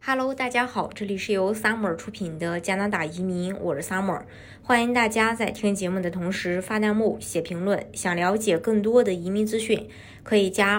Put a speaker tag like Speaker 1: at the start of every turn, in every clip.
Speaker 1: Hello，大家好，这里是由 Summer 出品的加拿大移民，我是 Summer，欢迎大家在听节目的同时发弹幕、写评论。想了解更多的移民资讯，可以加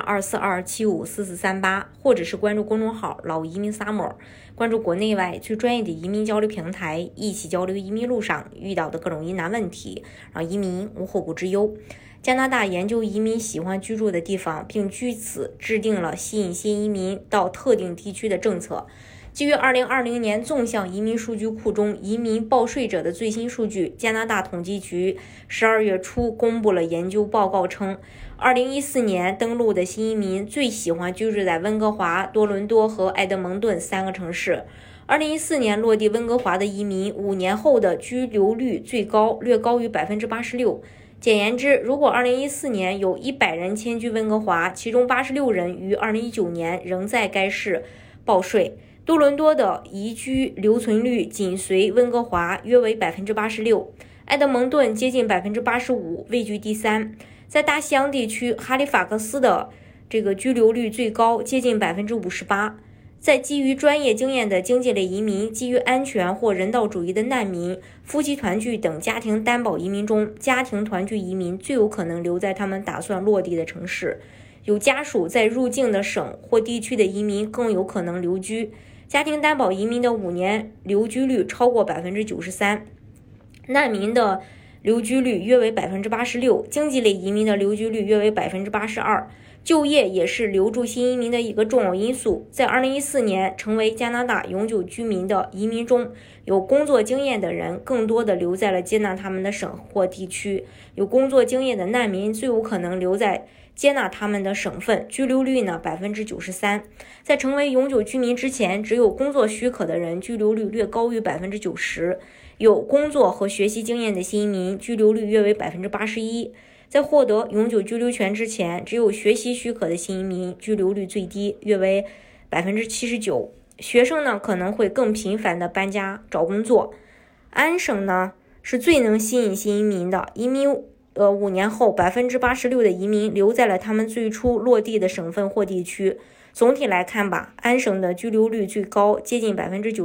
Speaker 1: 242754438，或者是关注公众号老移民 Summer， 关注国内外最专业的移民交流平台，一起交流移民路上遇到的各种疑难问题，让移民无后顾之忧。加拿大研究移民喜欢居住的地方，并据此制定了吸引新移民到特定地区的政策。基于2020年纵向移民数据库中移民报税者的最新数据，加拿大统计局12月初公布了研究报告称，2014年登陆的新移民最喜欢居住在温哥华、多伦多和埃德蒙顿3个城市。2014年落地温哥华的移民5年后的居留率最高，略高于86%。简言之，如果2014年有100人迁居温哥华，其中86人于2019年仍在该市报税。多伦多的宜居留存率紧随温哥华，约为86%，埃德蒙顿接近85%，位居第三。在大西洋地区，哈利法克斯的这个居留率最高，接近58%。在基于专业经验的经济类移民、基于安全或人道主义的难民、夫妻团聚等家庭担保移民中，家庭团聚移民最有可能留在他们打算落地的城市。有家属在入境的省或地区的移民更有可能留居。家庭担保移民的5年留居率超过93%，难民的留居率约为86%，经济类移民的留居率约为82%。就业也是留住新移民的一个重要因素。在2014年成为加拿大永久居民的移民中，有工作经验的人更多的留在了接纳他们的省或地区，有工作经验的难民最有可能留在接纳他们的省份，居留率呢93%。在成为永久居民之前，只有工作许可的人居留率略高于90%，有工作和学习经验的新移民居留率约为81%。在获得永久居留权之前，只有学习许可的新移民居留率最低，约为79%。学生呢可能会更频繁的搬家找工作。安省呢是最能吸引新移民的，移民5年后86%的移民留在了他们最初落地的省份或地区。总体来看吧，安省的居留率最高，接近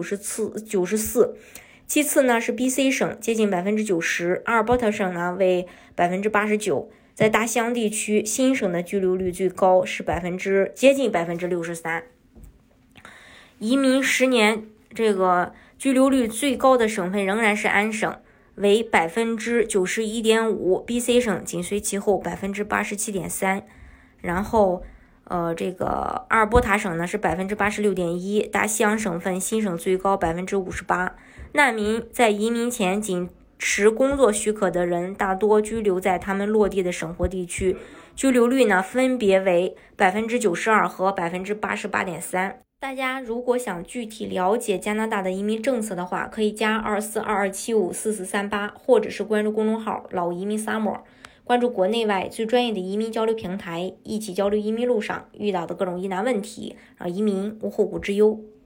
Speaker 1: 94%。其次呢是 BC 省，接近90%，阿尔伯特省呢为89%。在大西洋地区，新省的居留率最高，是接近63%。移民10年这个居留率最高的省份仍然是安省，为91.5%， BC 省紧随其后87.3%。然后这个阿尔伯塔省呢是86.1%，大西洋省份新省最高58%。难民在移民前仅持工作许可的人大多居留在他们落地的省或地区，居留率呢分别为92%和88.3%。大家如果想具体了解加拿大的移民政策的话，可以加242754438，或者是关注公众号老移民 Summer， 关注国内外最专业的移民交流平台，一起交流移民路上遇到的各种疑难问题，让移民无后顾之忧。